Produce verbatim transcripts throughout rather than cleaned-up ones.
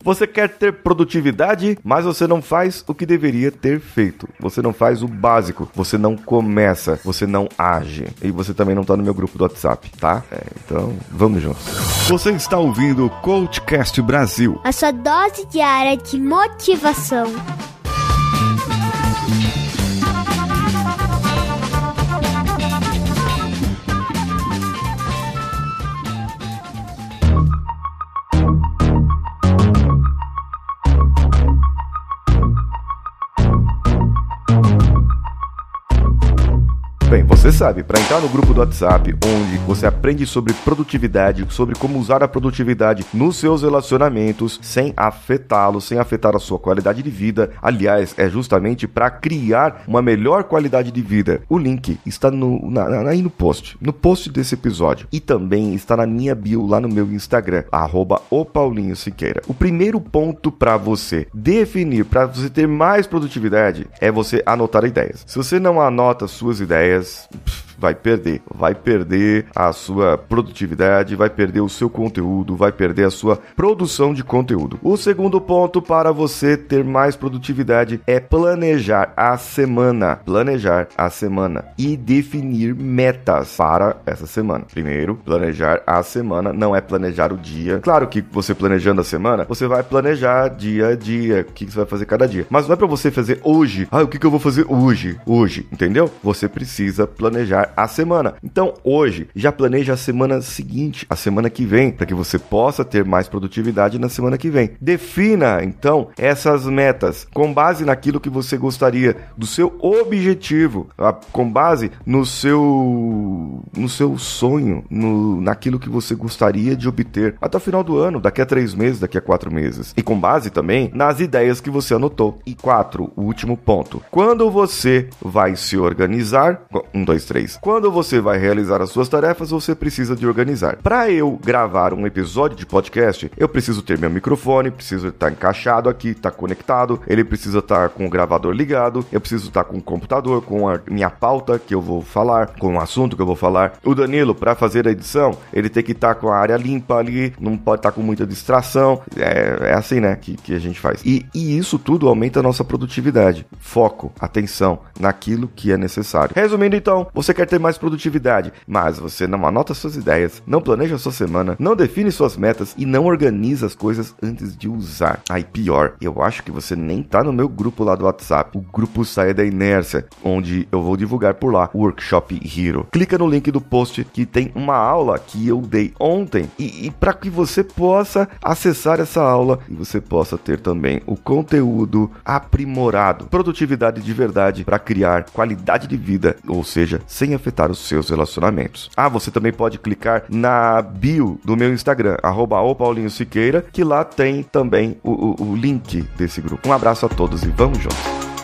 Você quer ter produtividade, mas você não faz o que deveria ter feito. Você não faz o básico. Você não começa. Você não age. E você também não tá no meu grupo do WhatsApp, tá? É, então, vamos juntos. Você está ouvindo o Coachcast Brasil. A sua dose diária de motivação. Bem, você sabe, para entrar no grupo do WhatsApp, onde você aprende sobre produtividade, sobre como usar a produtividade nos seus relacionamentos, sem afetá-los, sem afetar a sua qualidade de vida. Aliás, é justamente para criar uma melhor qualidade de vida. O link está no, na, na, aí no post, no post desse episódio. E também está na minha bio lá no meu Instagram, arroba o Paulinho Siqueira. O primeiro ponto para você definir, para você ter mais produtividade, é você anotar ideias. Se você não anota suas ideias, vai perder, vai perder a sua produtividade, vai perder o seu conteúdo, vai perder a sua produção de conteúdo. O segundo ponto para você ter mais produtividade é planejar a semana, planejar a semana e definir metas para essa semana. Primeiro, planejar a semana, não é planejar o dia. Claro que você planejando a semana, você vai planejar dia a dia, o que você vai fazer cada dia. Mas não é para você fazer hoje, ah, o que eu vou fazer hoje, hoje, entendeu? Você precisa planejar a semana. Então, hoje, já planeja a semana seguinte, a semana que vem, para que você possa ter mais produtividade na semana que vem. Defina, então, essas metas com base naquilo que você gostaria, do seu objetivo, com base no seu, no seu sonho, no, naquilo que você gostaria de obter até o final do ano, daqui a três meses, daqui a quatro meses. E com base também nas ideias que você anotou. E quatro, o último ponto. Quando você vai se organizar, Um, dois, três. Quando você vai realizar as suas tarefas, você precisa de organizar. Para eu gravar um episódio de podcast, eu preciso ter meu microfone, preciso estar encaixado aqui, estar conectado, ele precisa estar com o gravador ligado, eu preciso estar com o computador, com a minha pauta que eu vou falar, com o assunto que eu vou falar. O Danilo, para fazer a edição, ele tem que estar com a área limpa ali, não pode estar com muita distração. É, é assim, né, que, que a gente faz. E, e isso tudo aumenta a nossa produtividade. Foco, atenção naquilo que é necessário. Resumindo, então, você quer ter mais produtividade, mas você não anota suas ideias, não planeja sua semana, não define suas metas e não organiza as coisas antes de usar. Aí, pior, eu acho que você nem tá no meu grupo lá do WhatsApp, o grupo Saia da Inércia, onde eu vou divulgar por lá o Workshop Hero. Clica no link do post que tem uma aula que eu dei ontem e, e para que você possa acessar essa aula e você possa ter também o conteúdo aprimorado, produtividade de verdade para criar qualidade de vida, ou seja, sem afetar os seus relacionamentos. Ah, você também pode clicar na bio do meu Instagram, arroba o Paulinho Siqueira, que lá tem também o, o, o link desse grupo. Um abraço a todos e vamos juntos!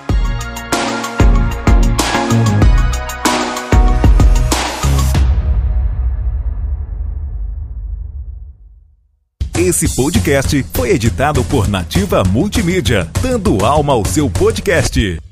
Esse podcast foi editado por Nativa Multimídia, dando alma ao seu podcast.